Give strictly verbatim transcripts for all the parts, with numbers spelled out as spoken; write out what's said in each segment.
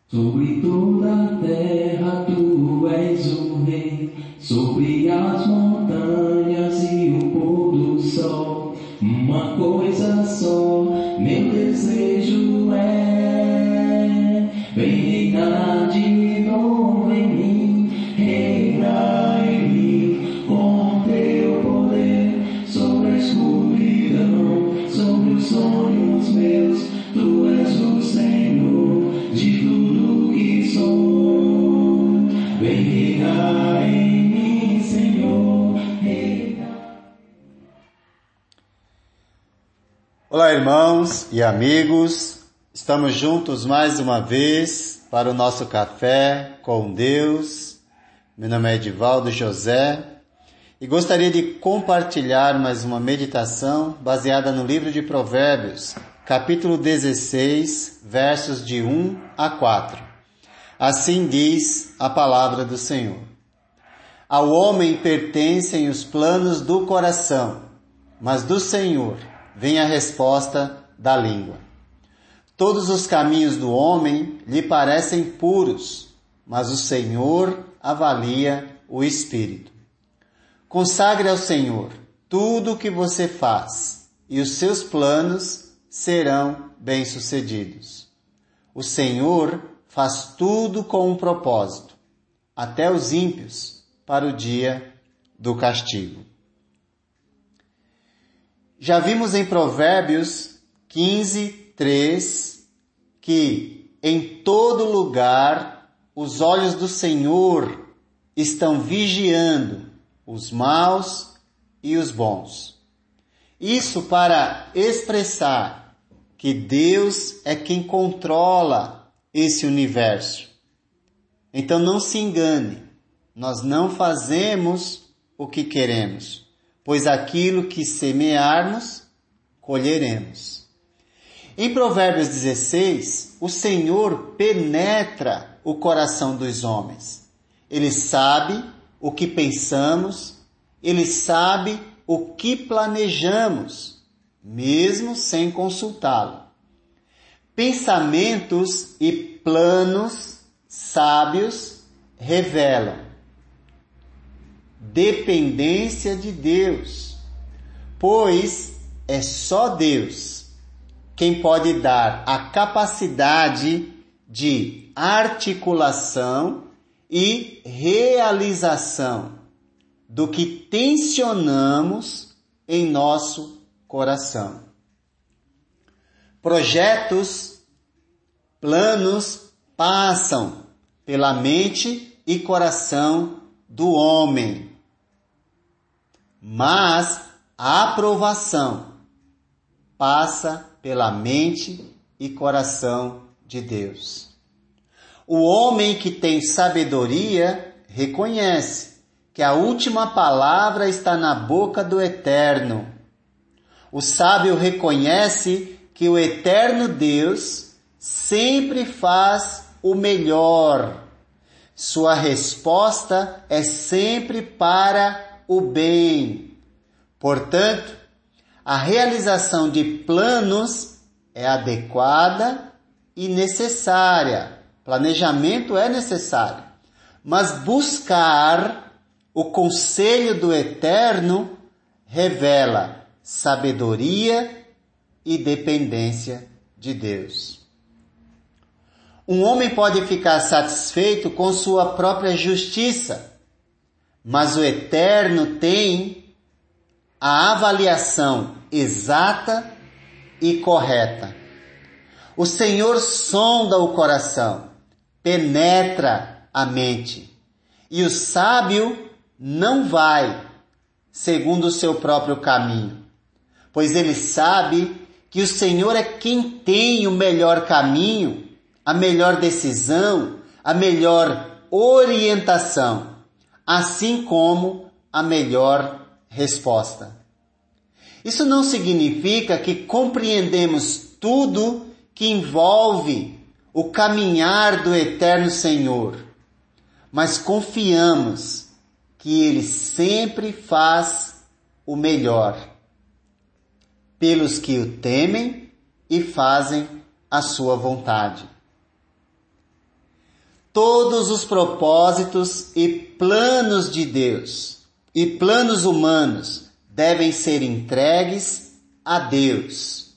Sobre toda a terra tu és o rei, sobre as montanhas e o pôr do sol. Uma coisa só, meu desejo é: vem reinar de novo em mim, reinar em mim, com teu poder, sobre a escuridão, sobre os sonhos meus. Tu és o Senhor de tudo que sou. Vem reinar em mim, Senhor, reinar. Olá, irmãos e amigos, estamos juntos mais uma vez para o nosso café com Deus. Meu nome é Edivaldo José e gostaria de compartilhar mais uma meditação baseada no livro de Provérbios, capítulo dezesseis, versos de um a quatro. Assim diz a palavra do Senhor: Ao homem pertencem os planos do coração, mas do Senhor vem a resposta da língua. Todos os caminhos do homem lhe parecem puros, mas o Senhor avalia o espírito. Consagre ao Senhor tudo o que você faz, e os seus planos serão bem-sucedidos. O Senhor faz tudo com um propósito, até os ímpios para o dia do castigo. Já vimos em Provérbios quinze, três, que em todo lugar os olhos do Senhor estão vigiando os maus e os bons. Isso para expressar que Deus é quem controla esse universo. Então não se engane, nós não fazemos o que queremos, pois aquilo que semearmos, colheremos. Em Provérbios dezesseis, o Senhor penetra o coração dos homens. Ele sabe o que pensamos, Ele sabe o que planejamos, mesmo sem consultá-lo. Pensamentos e planos sábios revelam dependência de Deus, pois é só Deus quem pode dar a capacidade de articulação e realização do que tensionamos em nosso coração. Projetos, planos passam pela mente e coração do homem, mas a aprovação passa pela mente e coração de Deus. O homem que tem sabedoria reconhece que a última palavra está na boca do Eterno. O sábio reconhece que o Eterno Deus sempre faz o melhor. Sua resposta é sempre para o bem. Portanto, a realização de planos é adequada e necessária. Planejamento é necessário, mas buscar o conselho do Eterno revela sabedoria e dependência de Deus. Um homem pode ficar satisfeito com sua própria justiça, mas o Eterno tem a avaliação exata e correta. O Senhor sonda o coração, penetra a mente, e o sábio não vai segundo o seu próprio caminho, pois ele sabe que o Senhor é quem tem o melhor caminho, a melhor decisão, a melhor orientação, assim como a melhor resposta. Isso não significa que compreendemos tudo que envolve o caminhar do Eterno Senhor, mas confiamos que Ele sempre faz o melhor pelos que o temem e fazem a sua vontade. todos os propósitos e planos de Deus e planos humanos devem ser entregues a Deus.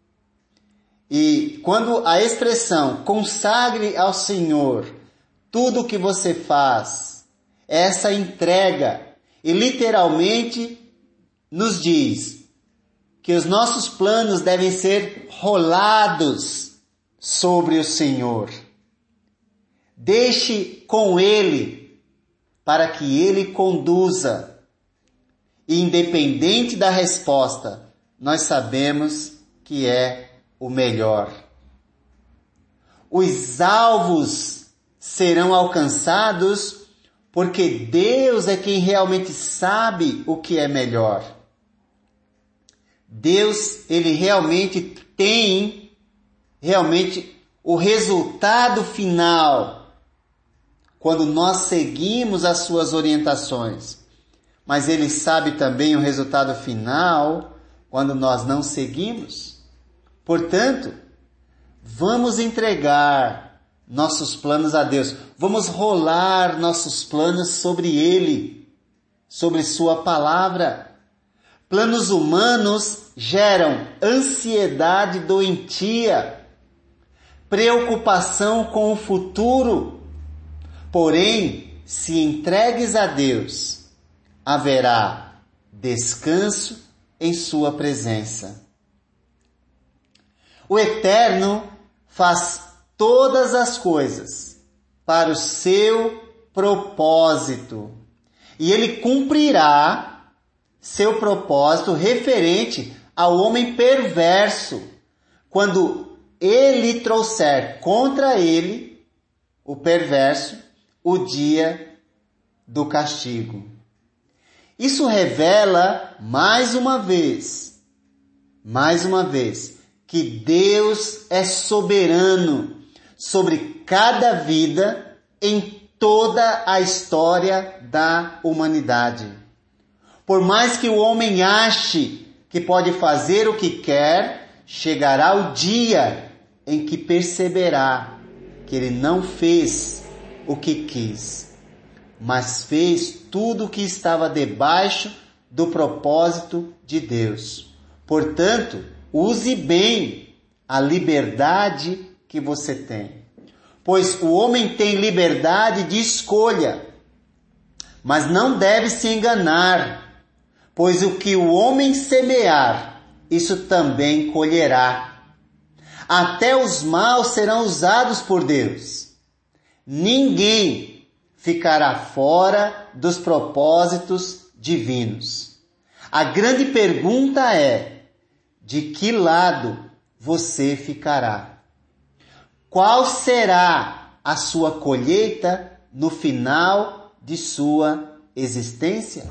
E quando a expressão consagre ao Senhor tudo o que você faz, essa entrega, e literalmente nos diz que os nossos planos devem ser rolados sobre o Senhor. Deixe com Ele, para que Ele conduza. E independente da resposta, nós sabemos que é o melhor. Os alvos serão alcançados porque Deus é quem realmente sabe o que é melhor. Deus, Ele realmente tem realmente o resultado final quando nós seguimos as suas orientações. Mas Ele sabe também o resultado final quando nós não seguimos. Portanto, vamos entregar nossos planos a Deus. Vamos rolar nossos planos sobre Ele, sobre Sua palavra. Planos humanos geram ansiedade doentia, preocupação com o futuro. Porém, se entregues a Deus, haverá descanso em Sua presença. O Eterno faz todas as coisas para o seu propósito, e Ele cumprirá seu propósito referente ao homem perverso, quando Ele trouxer contra ele, o perverso, o dia do castigo. Isso revela, mais uma vez, mais uma vez, que Deus é soberano sobre cada vida em toda a história da humanidade. Por mais que o homem ache que pode fazer o que quer, chegará o dia em que perceberá que ele não fez o que quis, mas fez tudo o que estava debaixo do propósito de Deus. Portanto, use bem a liberdade que você tem. Pois o homem tem liberdade de escolha, mas não deve se enganar, pois o que o homem semear, isso também colherá. Até os maus serão usados por Deus. Ninguém ficará fora dos propósitos divinos. A grande pergunta é: de que lado você ficará? Qual será a sua colheita no final de sua existência?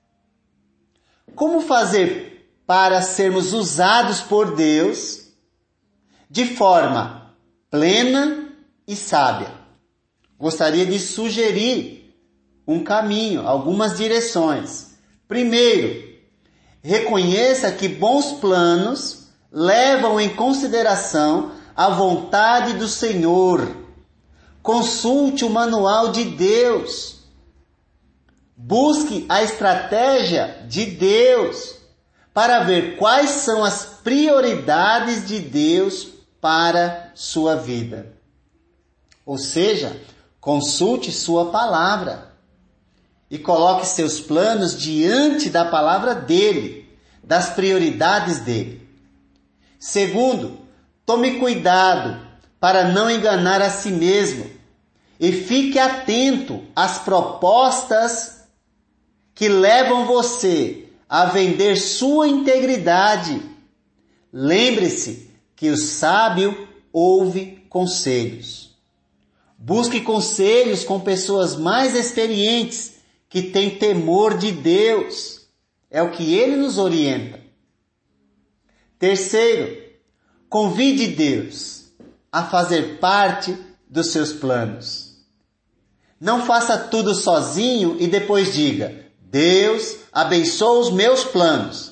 Como fazer para sermos usados por Deus de forma plena e sábia? Gostaria de sugerir um caminho, algumas direções. Primeiro, reconheça que bons planos levam em consideração a vontade do Senhor. Consulte o manual de Deus. Busque a estratégia de Deus para ver quais são as prioridades de Deus para sua vida. Ou seja, consulte sua palavra e coloque seus planos diante da palavra dele, das prioridades dele. Segundo, tome cuidado para não enganar a si mesmo e fique atento às propostas que levam você a vender sua integridade. Lembre-se que o sábio ouve conselhos. Busque conselhos com pessoas mais experientes que têm temor de Deus. É o que ele nos orienta. Terceiro, convide Deus a fazer parte dos seus planos. Não faça tudo sozinho e depois diga: Deus abençoa os meus planos.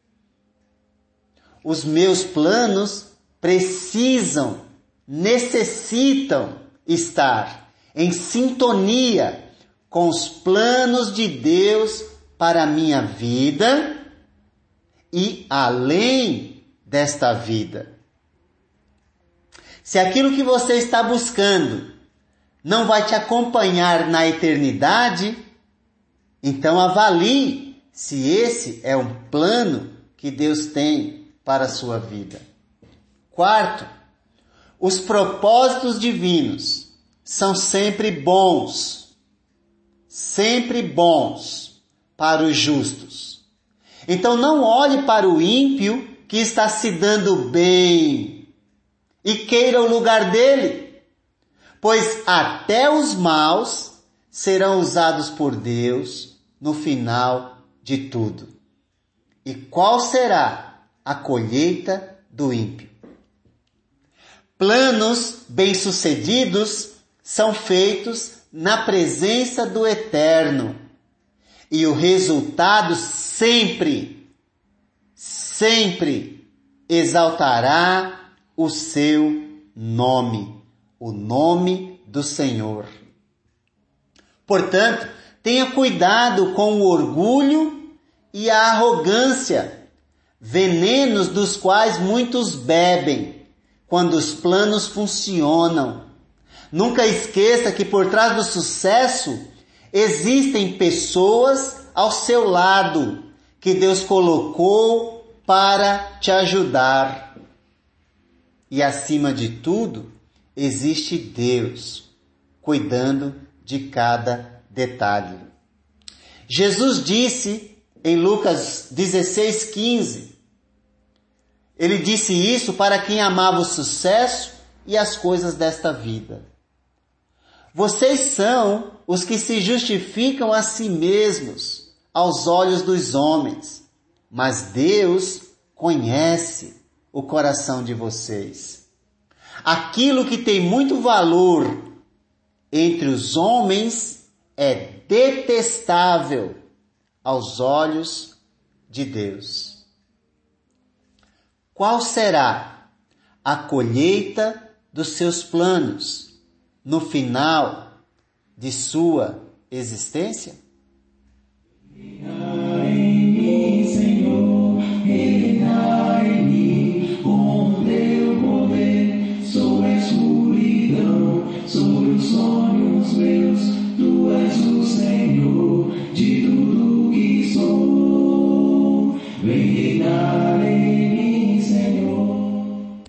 Os meus planos precisam, necessitam estar em sintonia com os planos de Deus para a minha vida e além desta vida. Se aquilo que você está buscando não vai te acompanhar na eternidade, então avalie se esse é um plano que Deus tem para a sua vida. Quarto, os propósitos divinos são sempre bons, sempre bons para os justos. Então não olhe para o ímpio que está se dando bem e queira o lugar dele, pois até os maus serão usados por Deus no final de tudo. E qual será a colheita do ímpio? Planos bem-sucedidos são feitos na presença do Eterno. E o resultado sempre, sempre exaltará o seu nome, o nome do Senhor. Portanto, tenha cuidado com o orgulho e a arrogância, venenos dos quais muitos bebem quando os planos funcionam. Nunca esqueça que por trás do sucesso existem pessoas ao seu lado que Deus colocou para te ajudar. E acima de tudo, existe Deus cuidando de cada detalhe. Jesus disse em Lucas dezesseis, quinze, ele disse isso para quem amava o sucesso e as coisas desta vida. Vocês são os que se justificam a si mesmos aos olhos dos homens, mas Deus conhece o coração de vocês. Aquilo que tem muito valor entre os homens é detestável aos olhos de Deus. Qual será a colheita dos seus planos no final de sua existência?